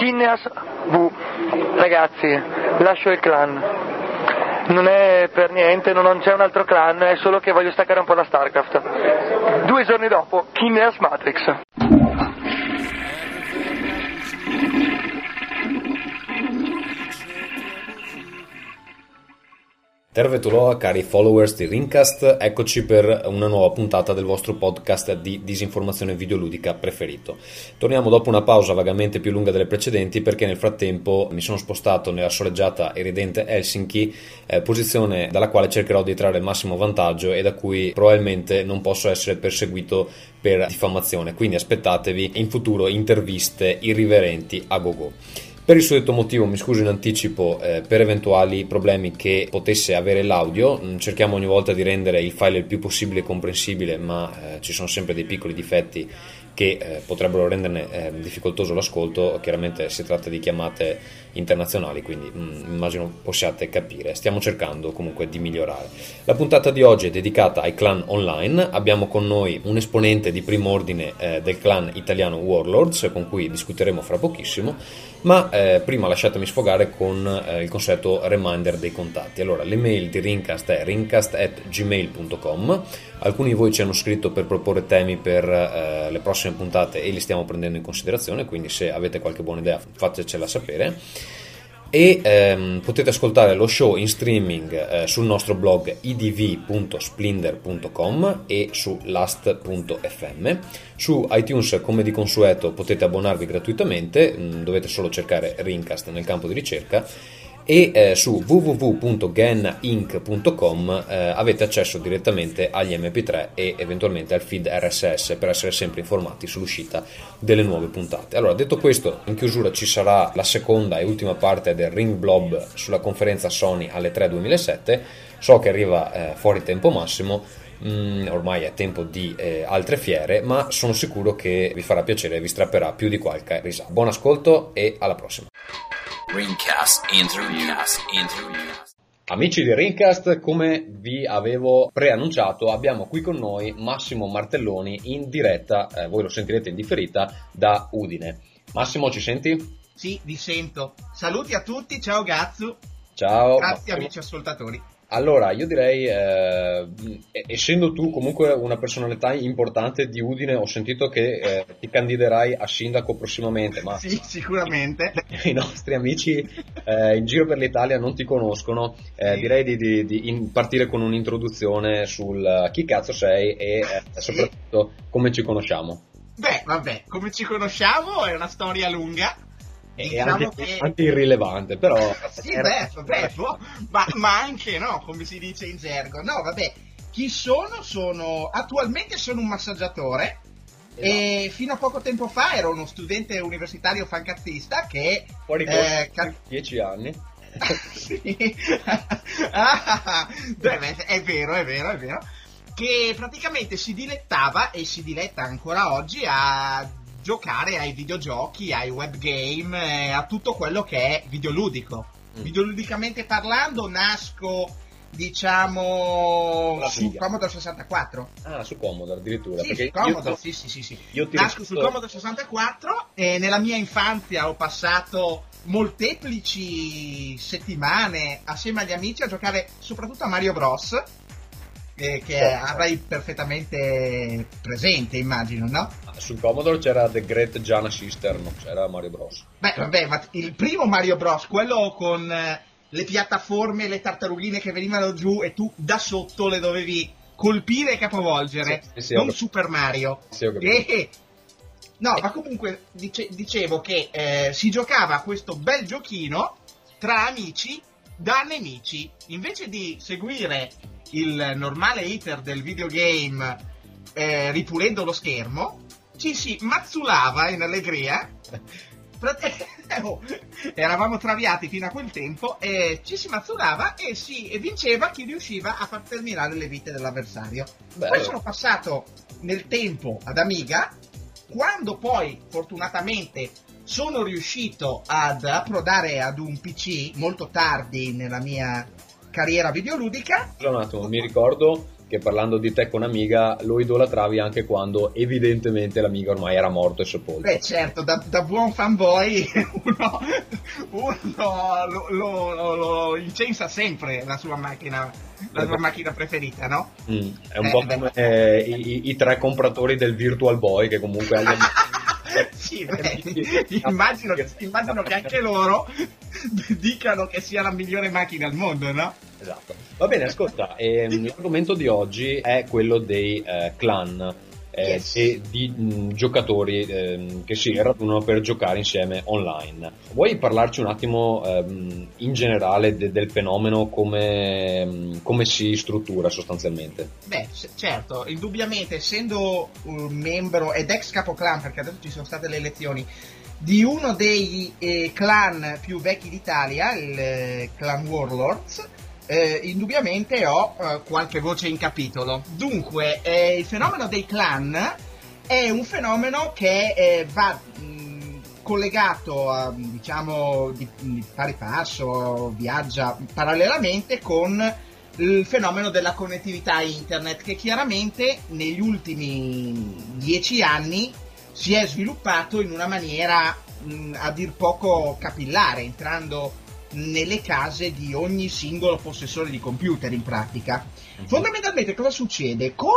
Kineas V. Ragazzi, lascio il clan. Non è per niente, non c'è un altro clan, è solo che voglio staccare un po' da StarCraft. 2 giorni dopo, Kineas Matrix. Tervetuloa cari followers di Rincast, eccoci per una nuova puntata del vostro podcast di disinformazione videoludica preferito. Torniamo dopo una pausa vagamente più lunga delle precedenti perché nel frattempo mi sono spostato nella soleggiata e ridente Helsinki, posizione dalla quale cercherò di trarre il massimo vantaggio e da cui probabilmente non posso essere perseguito per diffamazione, quindi aspettatevi in futuro interviste irriverenti a gogo. Per il suddetto motivo mi scuso in anticipo per eventuali problemi che potesse avere l'audio. Cerchiamo ogni volta di rendere il file il più possibile comprensibile, ma ci sono sempre dei piccoli difetti che potrebbero renderne difficoltoso l'ascolto. Chiaramente si tratta di chiamate internazionali, quindi immagino possiate capire. Stiamo cercando comunque di migliorare. La puntata di oggi è dedicata ai clan online. Abbiamo con noi un esponente di primo ordine del clan italiano Warlords, con cui discuteremo fra pochissimo, ma prima lasciatemi sfogare con il consueto reminder dei contatti. Allora, l'email di Rincast è rincast@gmail.com. Alcuni di voi ci hanno scritto per proporre temi per le prossime puntate e li stiamo prendendo in considerazione, quindi se avete qualche buona idea fatecela sapere. E potete ascoltare lo show in streaming sul nostro blog idv.splinder.com e su last.fm. Su iTunes, come di consueto, potete abbonarvi gratuitamente, dovete solo cercare Rincast nel campo di ricerca, e su www.geninc.com avete accesso direttamente agli mp3 e eventualmente al feed RSS per essere sempre informati sull'uscita delle nuove puntate. Allora, detto questo, in chiusura ci sarà la seconda e ultima parte del Ring Blob sulla conferenza Sony alle 3 2007. So che arriva fuori tempo massimo, ormai è tempo di altre fiere, ma sono sicuro che vi farà piacere e vi strapperà più di qualche risata. Buon ascolto e alla prossima. Ringcast Interview. Amici di Rincast, come vi avevo preannunciato, abbiamo qui con noi Massimo Martelloni in diretta, voi lo sentirete in differita, da Udine. Massimo, ci senti? Sì, vi sento. Saluti a tutti, ciao Gazzu. Ciao. Grazie Massimo. amici ascoltatori. Allora, io direi, essendo tu comunque una personalità importante di Udine, ho sentito che ti candiderai a sindaco prossimamente, ma sì, sicuramente. I nostri amici in giro per l'Italia non ti conoscono, sì. Direi di partire con un'introduzione sul chi cazzo sei e soprattutto come ci conosciamo. Beh, vabbè, come ci conosciamo è una storia lunga. E anche irrilevante, però sì, ma anche no, come si dice in gergo. No, vabbè, chi sono attualmente sono un massaggiatore, e fino a poco tempo fa ero uno studente universitario fancazzista che fuori 10 anni. Sì. Beh, è vero, che praticamente si dilettava e si diletta ancora oggi a giocare ai videogiochi, ai web game, a tutto quello che è videoludico. Videoludicamente parlando, nasco, diciamo, su Commodore 64. Ah, su Commodore addirittura. Sì, su Commodore, sì. Nasco sul Commodore 64 e nella mia infanzia ho passato molteplici settimane assieme agli amici a giocare soprattutto a Mario Bros. Che avrai perfettamente presente, immagino, no? Sul Commodore c'era The Great Giana Sister, non c'era Mario Bros. Beh, vabbè, ma il primo Mario Bros, quello con le piattaforme, le tartarughine che venivano giù e tu da sotto le dovevi colpire e capovolgere, sì, non Super Mario. Sì, no, ma comunque dicevo che si giocava a questo bel giochino tra amici da nemici, invece di seguire il normale iter del videogame ripulendo lo schermo, ci si mazzulava in allegria. Eravamo traviati fino a quel tempo e ci si mazzulava e si vinceva chi riusciva a far terminare le vite dell'avversario. Poi sono passato nel tempo ad Amiga, quando poi fortunatamente sono riuscito ad approdare ad un PC molto tardi nella mia carriera videoludica. Un attimo, mi ricordo che parlando di te con Amiga lo idolatravi anche quando evidentemente l'Amiga ormai era morto e sepolto. Beh certo, da buon fanboy uno lo incensa sempre la sua macchina preferita, no? È un po' come i 3 compratori del Virtual Boy che comunque sì, immagino che anche loro dicano che sia la migliore macchina al mondo, no? Esatto. Va bene, ascolta, l'argomento di oggi è quello dei clan Yes. e di giocatori che si radunano per giocare insieme online. Vuoi parlarci un attimo in generale del fenomeno, come si struttura sostanzialmente? Beh, certo, indubbiamente, essendo un membro ed ex capoclan, perché adesso ci sono state le elezioni, di uno dei clan più vecchi d'Italia, il clan Warlords, indubbiamente ho qualche voce in capitolo. Dunque, il fenomeno dei clan è un fenomeno che va collegato a, diciamo, di pari passo, viaggia parallelamente con il fenomeno della connettività internet, che chiaramente negli ultimi 10 anni si è sviluppato in una maniera a dir poco capillare, entrando nelle case di ogni singolo possessore di computer in pratica. Fondamentalmente cosa succede? Con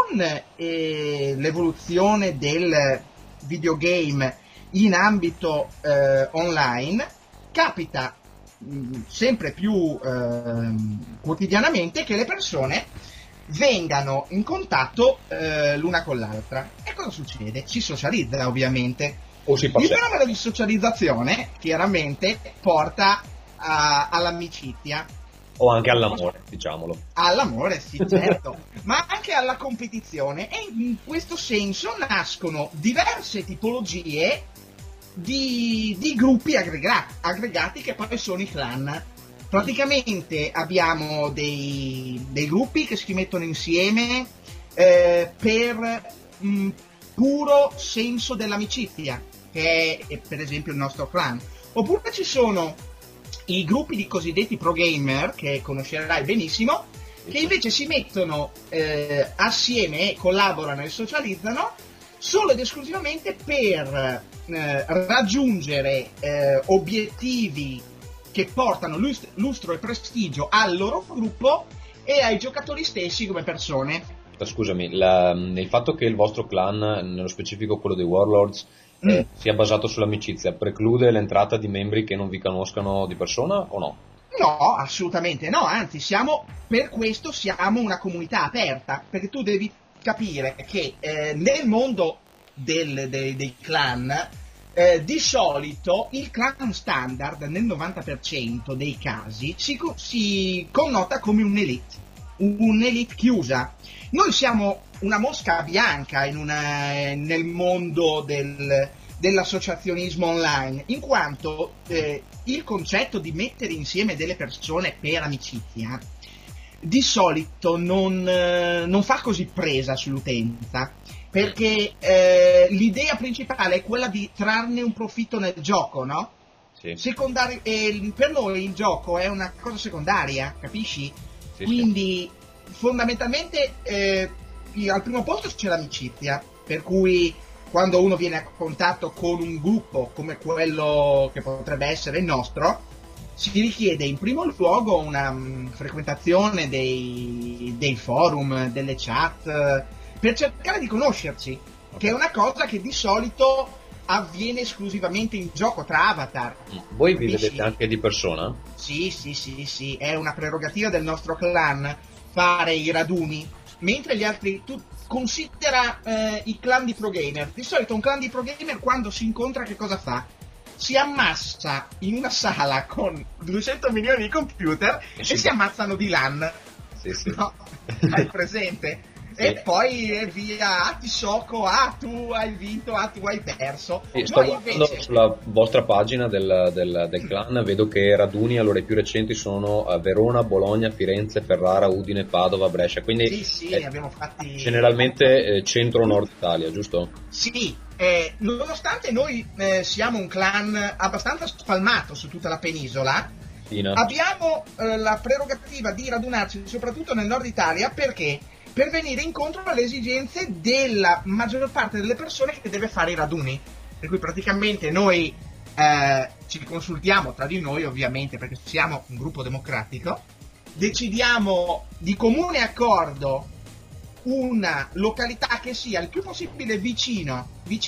l'evoluzione del videogame in ambito online, capita sempre più quotidianamente che le persone vengano in contatto l'una con l'altra. E cosa succede? Si socializza, ovviamente. Il fenomeno di socializzazione chiaramente porta all'amicizia. O anche all'amore, diciamolo. All'amore, sì, certo, ma anche alla competizione, e in questo senso nascono diverse tipologie di gruppi aggregati che poi sono i clan. Praticamente abbiamo dei gruppi che si mettono insieme per un puro senso dell'amicizia, che è per esempio il nostro clan. Oppure ci sono i gruppi di cosiddetti pro gamer, che conoscerai benissimo, che invece si mettono assieme e collaborano e socializzano solo ed esclusivamente per raggiungere obiettivi che portano lustro e prestigio al loro gruppo e ai giocatori stessi come persone. Scusami, il fatto che il vostro clan, nello specifico quello dei Warlords, sia basato sull'amicizia, preclude l'entrata di membri che non vi conoscano di persona o no? No, assolutamente no, anzi per questo siamo una comunità aperta, perché tu devi capire che nel mondo dei clan di solito il clan standard nel 90% dei casi si connota come un'elite chiusa. Noi siamo una mosca bianca nel mondo dell'associazionismo online, in quanto il concetto di mettere insieme delle persone per amicizia di solito non fa così presa sull'utenza, perché l'idea principale è quella di trarne un profitto nel gioco, no? Sì. Per noi il gioco è una cosa secondaria, capisci? Sì, quindi fondamentalmente al primo posto c'è l'amicizia, per cui quando uno viene a contatto con un gruppo come quello che potrebbe essere il nostro, si richiede in primo luogo una frequentazione dei forum, delle chat, per cercare di conoscerci, che è una cosa che di solito avviene esclusivamente in gioco tra avatar. Voi vi vedete anche di persona? Sì, è una prerogativa del nostro clan fare i raduni, mentre gli altri, tu considera i clan di pro gamer. Di solito un clan di pro gamer quando si incontra che cosa fa? Si ammassa in una sala con 200 milioni di computer e si ammazzano di LAN. Sì. No? Hai presente? Sì. E poi via, ti sciocco, tu hai vinto, tu hai perso. Sto guardando sulla vostra pagina del clan, vedo che raduni allora i più recenti sono Verona, Bologna, Firenze, Ferrara, Udine, Padova, Brescia, quindi sì, abbiamo fatti generalmente centro-nord Italia, giusto? Sì, nonostante noi siamo un clan abbastanza spalmato su tutta la penisola, abbiamo la prerogativa di radunarci soprattutto nel nord Italia. Perché per venire incontro alle esigenze della maggior parte delle persone che deve fare i raduni. Per cui praticamente noi ci consultiamo tra di noi, ovviamente, perché siamo un gruppo democratico, decidiamo di comune accordo una località che sia il più possibile vicina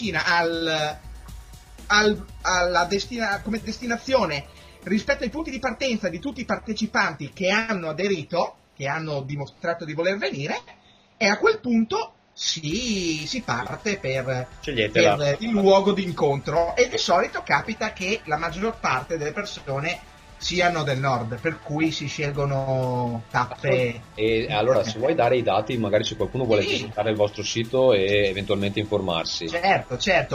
come destinazione rispetto ai punti di partenza di tutti i partecipanti che hanno aderito, che hanno dimostrato di voler venire, e a quel punto si parte per il luogo di incontro, e di solito capita che la maggior parte delle persone siano del nord, per cui si scelgono tappe. E allora, se vuoi dare i dati, magari se qualcuno vuole visitare il vostro sito e eventualmente informarsi. Certo,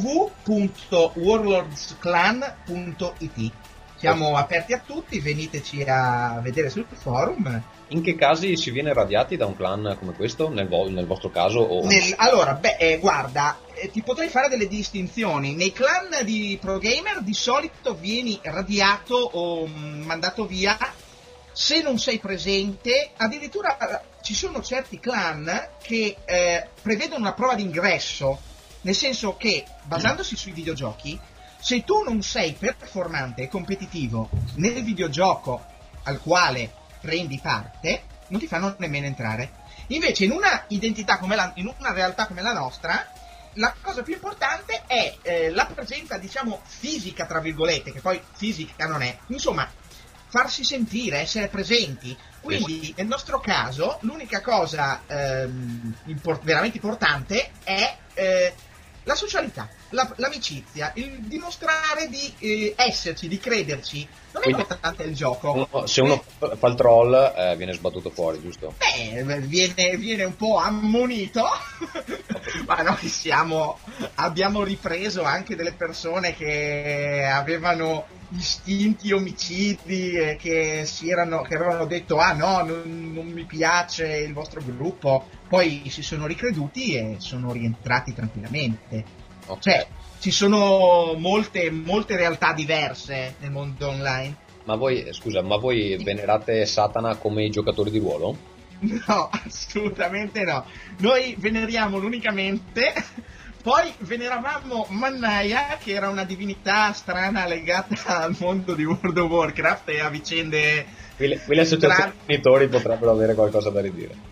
www.warlordsclan.it. Siamo aperti a tutti, veniteci a vedere sul forum. In che casi si viene radiati da un clan come questo, nel vostro caso? Allora, guarda, ti potrei fare delle distinzioni. Nei clan di Pro Gamer di solito vieni radiato o mandato via se non sei presente. Addirittura ci sono certi clan che prevedono una prova d'ingresso, nel senso che, basandosi sui videogiochi, se tu non sei performante e competitivo nel videogioco al quale prendi parte, non ti fanno nemmeno entrare. Invece in una identità in una realtà come la nostra, la cosa più importante è la presenza, diciamo, fisica, tra virgolette, che poi fisica non è, insomma, farsi sentire, essere presenti. Quindi nel nostro caso l'unica cosa veramente importante è la socialità, l'amicizia, il dimostrare di esserci, di crederci. Non è importante il gioco. Se uno fa il troll viene sbattuto fuori, giusto? Viene un po' ammonito. Ma noi abbiamo ripreso anche delle persone che avevano istinti omicidi e che avevano detto non mi piace il vostro gruppo, poi si sono ricreduti e sono rientrati tranquillamente. Okay. Cioè, ci sono molte realtà diverse nel mondo online. Ma voi venerate Satana come i giocatori di ruolo? No, assolutamente no. Noi veneriamo unicamente. Poi veneravamo Mannaia, che era una divinità strana legata al mondo di World of Warcraft e a vicende. Qui le associazioni di genitori potrebbero avere qualcosa da ridire.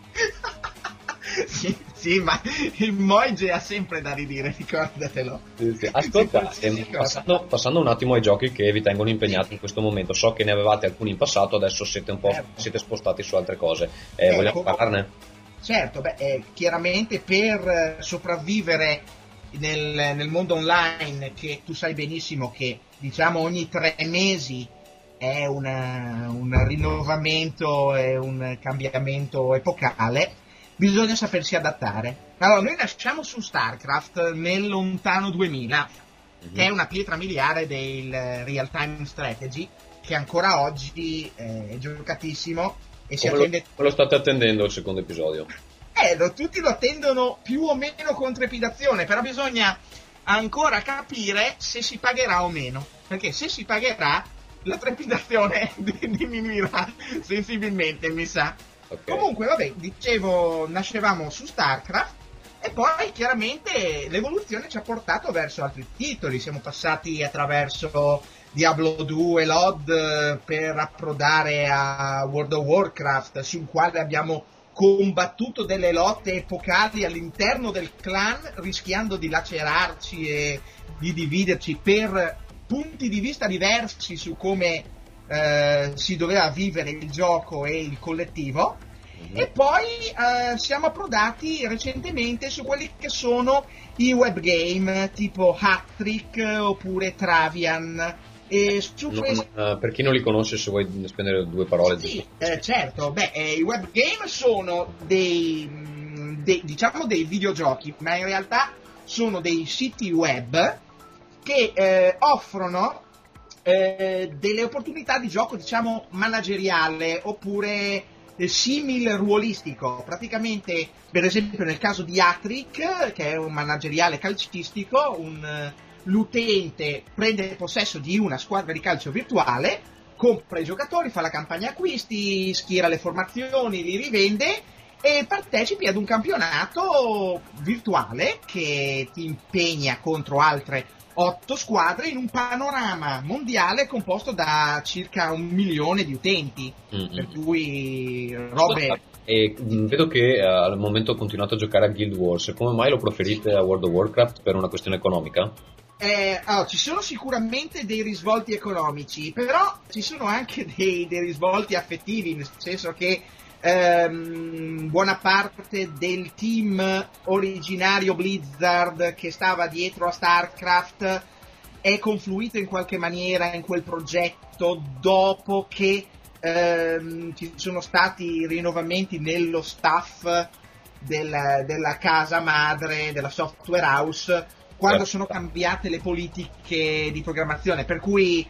Sì, ma il Moige ha sempre da ridire, ricordatelo. Sì. Ascolta, passando un attimo ai giochi che vi tengono impegnati in questo momento, so che ne avevate alcuni in passato, adesso siete siete spostati su altre cose. Vogliamo parlarne? Certo, chiaramente per sopravvivere nel mondo online, che tu sai benissimo che, diciamo, ogni 3 mesi è un rinnovamento e un cambiamento epocale, bisogna sapersi adattare. Allora, noi nasciamo su StarCraft nel lontano 2000, che è una pietra miliare del real-time strategy, che ancora oggi è giocatissimo e si attende. Come lo state attendendo il secondo episodio? Tutti lo attendono più o meno con trepidazione, però bisogna ancora capire se si pagherà o meno, perché se si pagherà la trepidazione diminuirà sensibilmente, mi sa. Okay. Comunque, dicevo, nascevamo su StarCraft e poi chiaramente l'evoluzione ci ha portato verso altri titoli. Siamo passati attraverso Diablo 2 LOD per approdare a World of Warcraft, sul quale abbiamo combattuto delle lotte epocali all'interno del clan, rischiando di lacerarci e di dividerci per punti di vista diversi su come si doveva vivere il gioco e il collettivo. E poi siamo approdati recentemente su quelli che sono i webgame tipo Hat-Trick oppure Travian. Per chi non li conosce, se vuoi spendere 2 parole. Sì, certo. I webgame sono dei videogiochi, ma in realtà sono dei siti web che offrono delle opportunità di gioco, diciamo, manageriale oppure simil ruolistico. Praticamente, per esempio nel caso di Hat-Trick, che è un manageriale calcistico, l'utente prende possesso di una squadra di calcio virtuale, compra i giocatori, fa la campagna acquisti, schiera le formazioni, li rivende e partecipi ad un campionato virtuale che ti impegna contro altre 8 squadre in un panorama mondiale composto da circa 1 milione di utenti, per cui robe... E vedo che al momento continuate a giocare a Guild Wars, come mai lo preferite a World of Warcraft? Per una questione economica? Ci sono sicuramente dei risvolti economici, però ci sono anche dei risvolti affettivi, nel senso che buona parte del team originario Blizzard che stava dietro a StarCraft è confluito in qualche maniera in quel progetto dopo che ci sono stati rinnovamenti nello staff della casa madre, della software house, quando sono cambiate le politiche di programmazione, per cui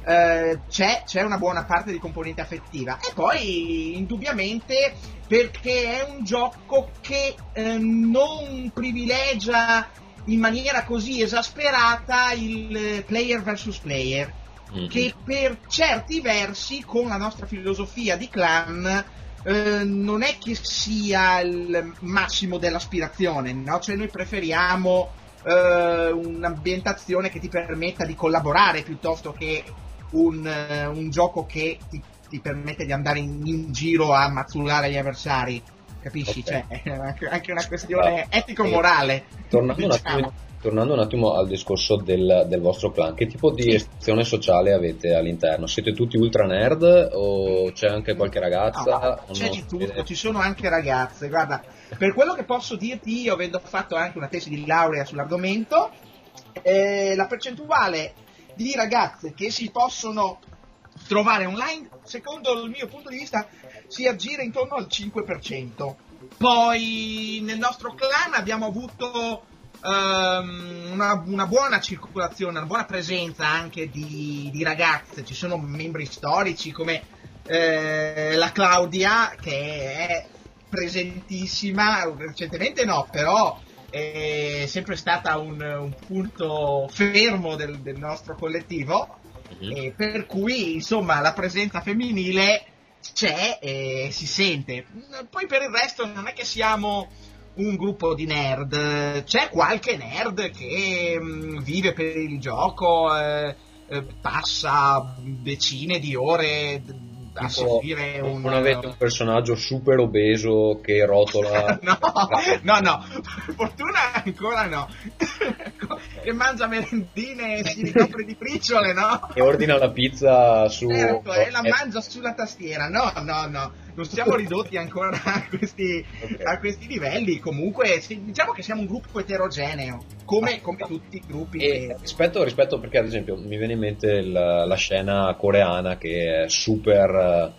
c'è una buona parte di componente affettiva. E poi indubbiamente perché è un gioco che non privilegia in maniera così esasperata il player versus player, che per certi versi con la nostra filosofia di clan non è che sia il massimo dell'aspirazione, no? Cioè noi preferiamo un'ambientazione che ti permetta di collaborare piuttosto che un gioco che ti permette di andare in giro a mazzulare gli avversari, capisci? Okay. Cioè è anche una questione etico-morale. Tornando un attimo al discorso del vostro clan, che tipo di estrazione sociale avete all'interno? Siete tutti ultra nerd o c'è anche qualche ragazza? No, c'è di tutto, ci sono anche ragazze. Guarda, per quello che posso dirti io, avendo fatto anche una tesi di laurea sull'argomento, la percentuale di ragazze che si possono trovare online, secondo il mio punto di vista, si aggira intorno al 5%. Poi nel nostro clan abbiamo avuto una buona circolazione, una buona presenza anche di ragazze. Ci sono membri storici come la Claudia, che è presentissima, recentemente no, però è sempre stata un punto fermo del nostro collettivo, e per cui insomma la presenza femminile c'è e si sente. Poi per il resto non è che siamo un gruppo di nerd, c'è qualche nerd che vive per il gioco, passa decine di ore a seguire non avete un personaggio super obeso che rotola? no, per fortuna ancora no. Che mangia merendine e si ricopre di briciole, no? E ordina la pizza su... Certo, e la mangia sulla tastiera. No, non siamo ridotti ancora a questi livelli. Comunque diciamo che siamo un gruppo eterogeneo, come tutti i gruppi. E rispetto, perché ad esempio mi viene in mente la scena coreana che è super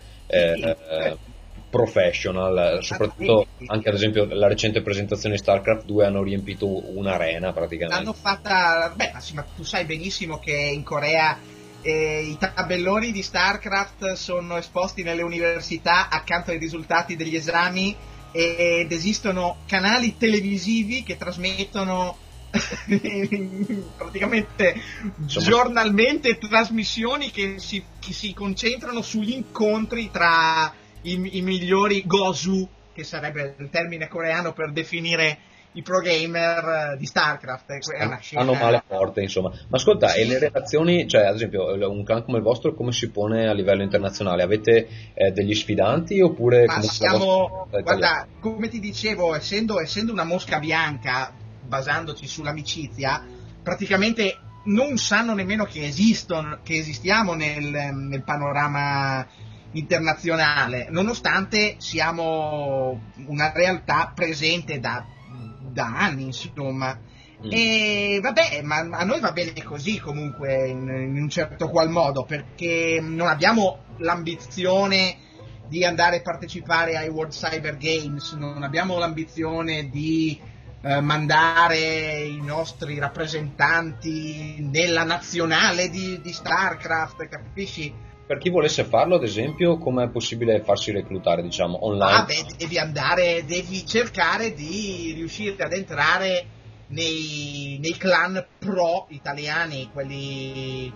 professional, soprattutto anche ad esempio la recente presentazione di StarCraft 2 hanno riempito un'arena praticamente. L'hanno fatta, ma tu sai benissimo che in Corea i tabelloni di StarCraft sono esposti nelle università accanto ai risultati degli esami, ed esistono canali televisivi che trasmettono praticamente giornalmente trasmissioni che si concentrano sugli incontri tra i migliori gosu, che sarebbe il termine coreano per definire i pro gamer di StarCraft. È una scena... Hanno male forte, insomma. Ma ascolta, e le relazioni, cioè ad esempio un clan come il vostro come si pone a livello internazionale? Avete degli sfidanti oppure... Ma siamo, guarda, come ti dicevo, essendo una mosca bianca, basandoci sull'amicizia, praticamente non sanno nemmeno che esistiamo nel panorama internazionale, nonostante siamo una realtà presente da anni, insomma. E vabbè, ma a noi va bene così comunque, in un certo qual modo, perché non abbiamo l'ambizione di andare a partecipare ai World Cyber Games, non abbiamo l'ambizione di mandare i nostri rappresentanti nella nazionale di StarCraft, capisci? Per chi volesse farlo, ad esempio, com'è possibile farsi reclutare, diciamo, online? Devi cercare di riuscire ad entrare nei clan pro italiani, quelli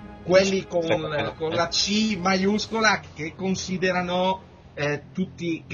con la C maiuscola, che considerano tutti, che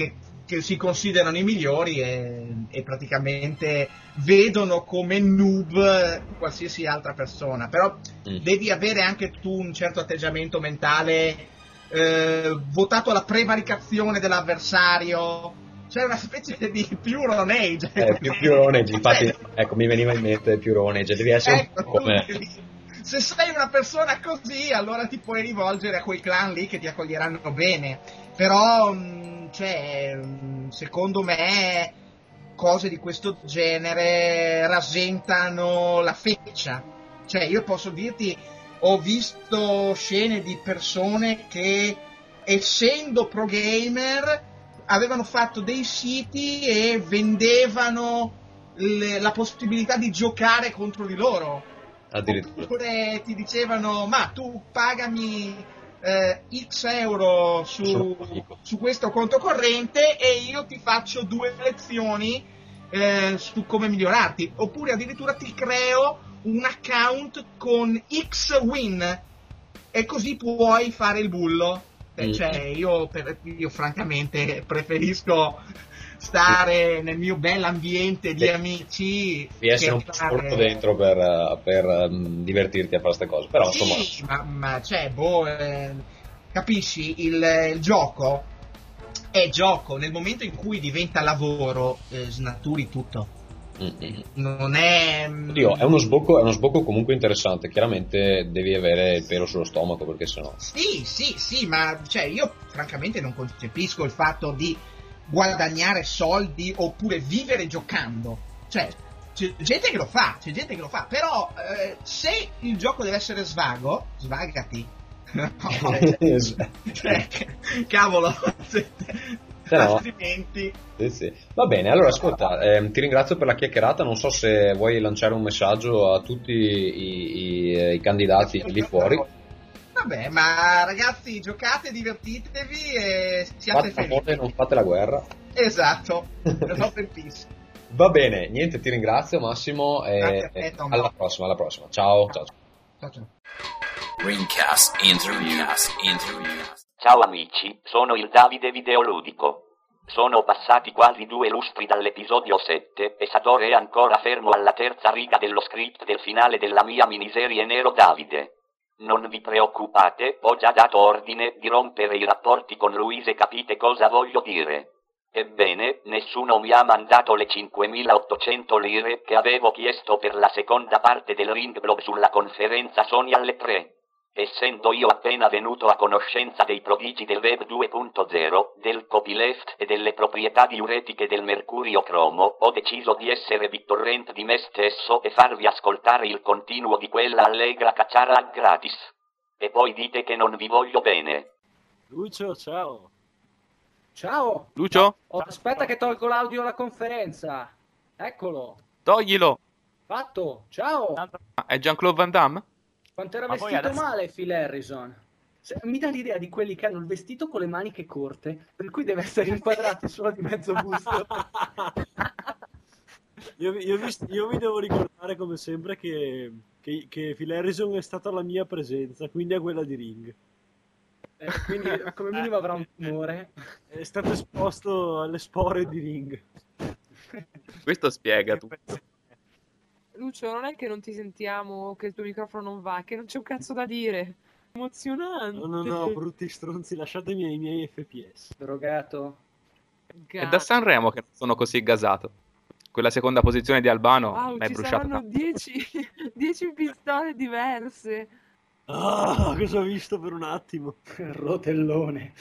che si considerano i migliori e praticamente vedono come noob qualsiasi altra persona. Però devi avere anche tu un certo atteggiamento mentale, votato alla prevaricazione dell'avversario. C'è una specie di pure age. Pure age, infatti, ecco, mi veniva in mente pure age, devi essere un po' come... Se sei una persona così, allora ti puoi rivolgere a quei clan lì che ti accoglieranno bene. Però, secondo me, cose di questo genere rasentano la feccia. Cioè, io posso dirti, ho visto scene di persone che, essendo pro gamer, avevano fatto dei siti e vendevano la possibilità di giocare contro di loro. Addirittura. Oppure ti dicevano, ma tu pagami X euro su questo conto corrente e io ti faccio 2 lezioni su come migliorarti. Oppure addirittura ti creo un account con X win e così puoi fare il bullo. Cioè, io francamente preferisco stare nel mio bell'ambiente di amici, di essere un po' sporco dentro per divertirti a fare queste cose. Però sì, insomma, ma cioè, capisci, il gioco è gioco. Nel momento in cui diventa lavoro, snaturi tutto. Non è... Oddio, è uno sbocco comunque interessante. Chiaramente devi avere il pelo sullo stomaco, perché sennò... Sì, ma cioè, io francamente non concepisco il fatto di guadagnare soldi oppure vivere giocando. Cioè, c'è gente che lo fa, però se il gioco deve essere svago, svagati. Cioè, cavolo, altrimenti... Sì. Va bene, allora ascolta, ti ringrazio per la chiacchierata. Non so se vuoi lanciare un messaggio a tutti i candidati lì fuori. Vabbè, ma ragazzi, giocate, divertitevi e siate felici. Non fate la guerra. Esatto, love and peace. Va bene, niente, ti ringrazio Massimo e alla prossima. Ciao. Ringcast Interview. Ciao amici, sono il Davide Videoludico. Sono passati quasi 2 lustri dall'episodio 7 e Sador è ancora fermo alla terza riga dello script del finale della mia miniserie Nero Davide. Non vi preoccupate, ho già dato ordine di rompere i rapporti con lui, se capite cosa voglio dire. Ebbene, nessuno mi ha mandato le 5.800 lire che avevo chiesto per la seconda parte del Ringblog sulla conferenza Sony alle 3. Essendo io appena venuto a conoscenza dei prodigi del Web 2.0, del copyleft e delle proprietà diuretiche del mercurio cromo, ho deciso di essere BitTorrent di me stesso e farvi ascoltare il continuo di quella allegra cacciara gratis. E poi dite che non vi voglio bene. Lucio, ciao. Ciao. Lucio? Aspetta che tolgo l'audio alla conferenza. Eccolo. Toglilo. Fatto. Ciao. È Jean-Claude Van Damme? Quanto era vestito male Phil Harrison. Mi dà l'idea di quelli che hanno il vestito con le maniche corte, per cui deve essere inquadrato solo di mezzo busto. Io mi devo ricordare come sempre che Phil Harrison è stata la mia presenza, quindi a quella di Ring. Quindi come minimo avrà un tumore. È stato esposto alle spore di Ring. Questo spiega tutto. Lucio, non è che non ti sentiamo, che il tuo microfono non va, che non c'è un cazzo da dire. Emozionante. No, brutti stronzi, lasciatemi ai miei FPS. Drogato. È da Sanremo che non sono così gasato. Quella seconda posizione di Albano mi è bruciata. Ci saranno 10 pistole diverse. Ah, cosa ho visto per un attimo? Rotellone.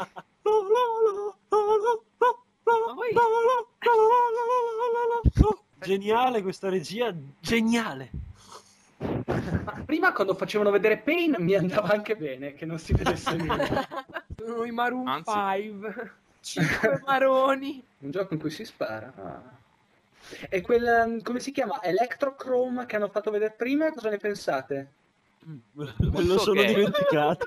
Geniale questa regia, geniale. Prima quando facevano vedere Pain mi andava anche bene, che non si vedesse nulla. Sono i Maroon 5. 5 maroni. Un gioco in cui si spara. E quel, come si chiama? Electrochrome che hanno fatto vedere prima, cosa ne pensate? Me lo sono dimenticato.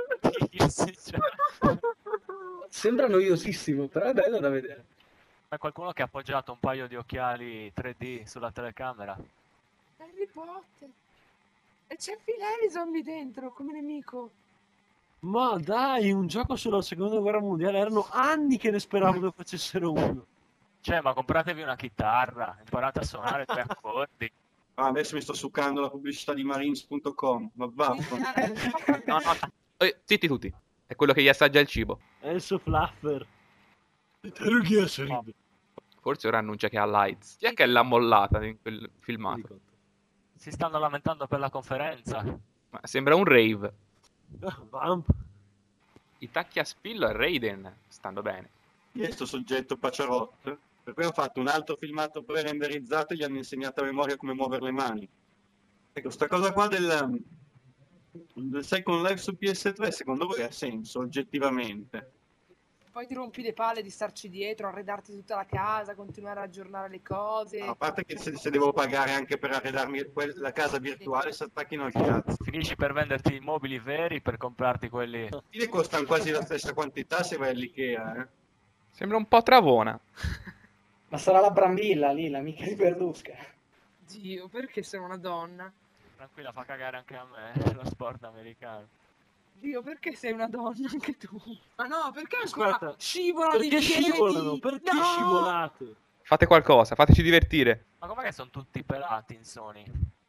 Sembra noiosissimo, però è bello da vedere. C'è qualcuno che ha appoggiato un paio di occhiali 3D sulla telecamera? Harry Potter. E c'è Phil Harrison lì dentro come nemico. Ma dai, un gioco sulla seconda guerra mondiale, erano anni che ne speravo che facessero uno. Cioè, ma compratevi una chitarra, imparate a suonare 3 accordi. Ah, adesso mi sto succando la pubblicità di marines.com, ma vaffanculo. No. Zitti tutti. È quello che gli assaggia il cibo. Enzo Fluffer. Interroghi sorride. Forse ora annuncia che ha l'AIDS. Chi è che l'ha mollata in quel filmato? Si stanno lamentando per la conferenza. Ma sembra un rave. Vamp. I tacchi a spillo a Raiden stanno bene. Io sto soggetto Paciarot, per cui hanno fatto un altro filmato pre-renderizzato e gli hanno insegnato a memoria come muovere le mani. Ecco, sta cosa qua del Second Life su PS3, secondo voi ha senso, oggettivamente? Poi ti rompi le palle di starci dietro, arredarti tutta la casa, continuare a aggiornare le cose. A parte che se devo pagare anche per arredarmi la casa virtuale, si attacchino al cazzo. Finisci per venderti i mobili veri per comprarti quelli... Li costano quasi la stessa quantità se vai all'Ikea, eh? Sembra un po' Travona. Ma sarà la Brambilla lì, l'amica di Berlusca. Dio, perché sei una donna? Tranquilla, fa cagare anche a me lo sport americano. Dio, perché sei una donna anche tu? Ma no, perché Guarda, scivolano perché i piedi? scivolano? Perché No! scivolate? Fate qualcosa, fateci divertire. Ma com'è che sono tutti pelati in Sony?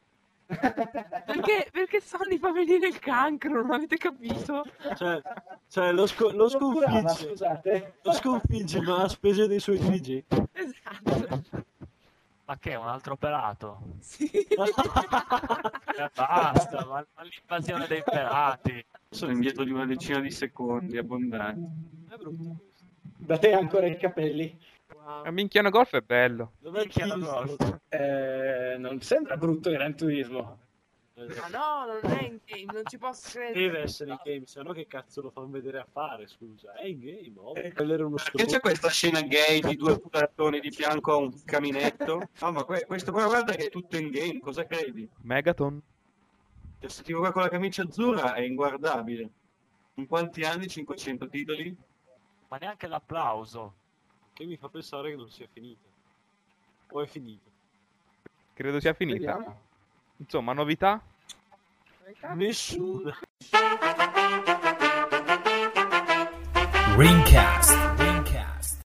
Perché Sony fa venire il cancro, non avete capito? Cioè lo sconfigge. Scusate. Lo sconfigge, ma a spese dei suoi dirigenti. Esatto. Ma che, un altro pelato? Sì. Basta, ma l'invasione dei pelati. Sono indietro di una decina di secondi, abbondanti. È brutto. Da te ancora i capelli? A minchiano golf è bello. Dov'è il Kills? Non sembra brutto Gran Turismo. Ma no, non è in game, non ci posso credere. Deve essere in game, se no che cazzo lo fanno vedere a fare, scusa. È in game, ovvio. Quello era uno Perché c'è questa scena gay di due putattoni di fianco a un caminetto? No, ma questo qua guarda che è tutto in game, cosa credi? Megaton. Questo tipo qua con la camicia azzurra è inguardabile. In quanti anni? 500 titoli? Ma neanche l'applauso. Che mi fa pensare che non sia finita. O è finita? Credo sia finita. Vediamo. Insomma, novità? Nessuna. Ringcast.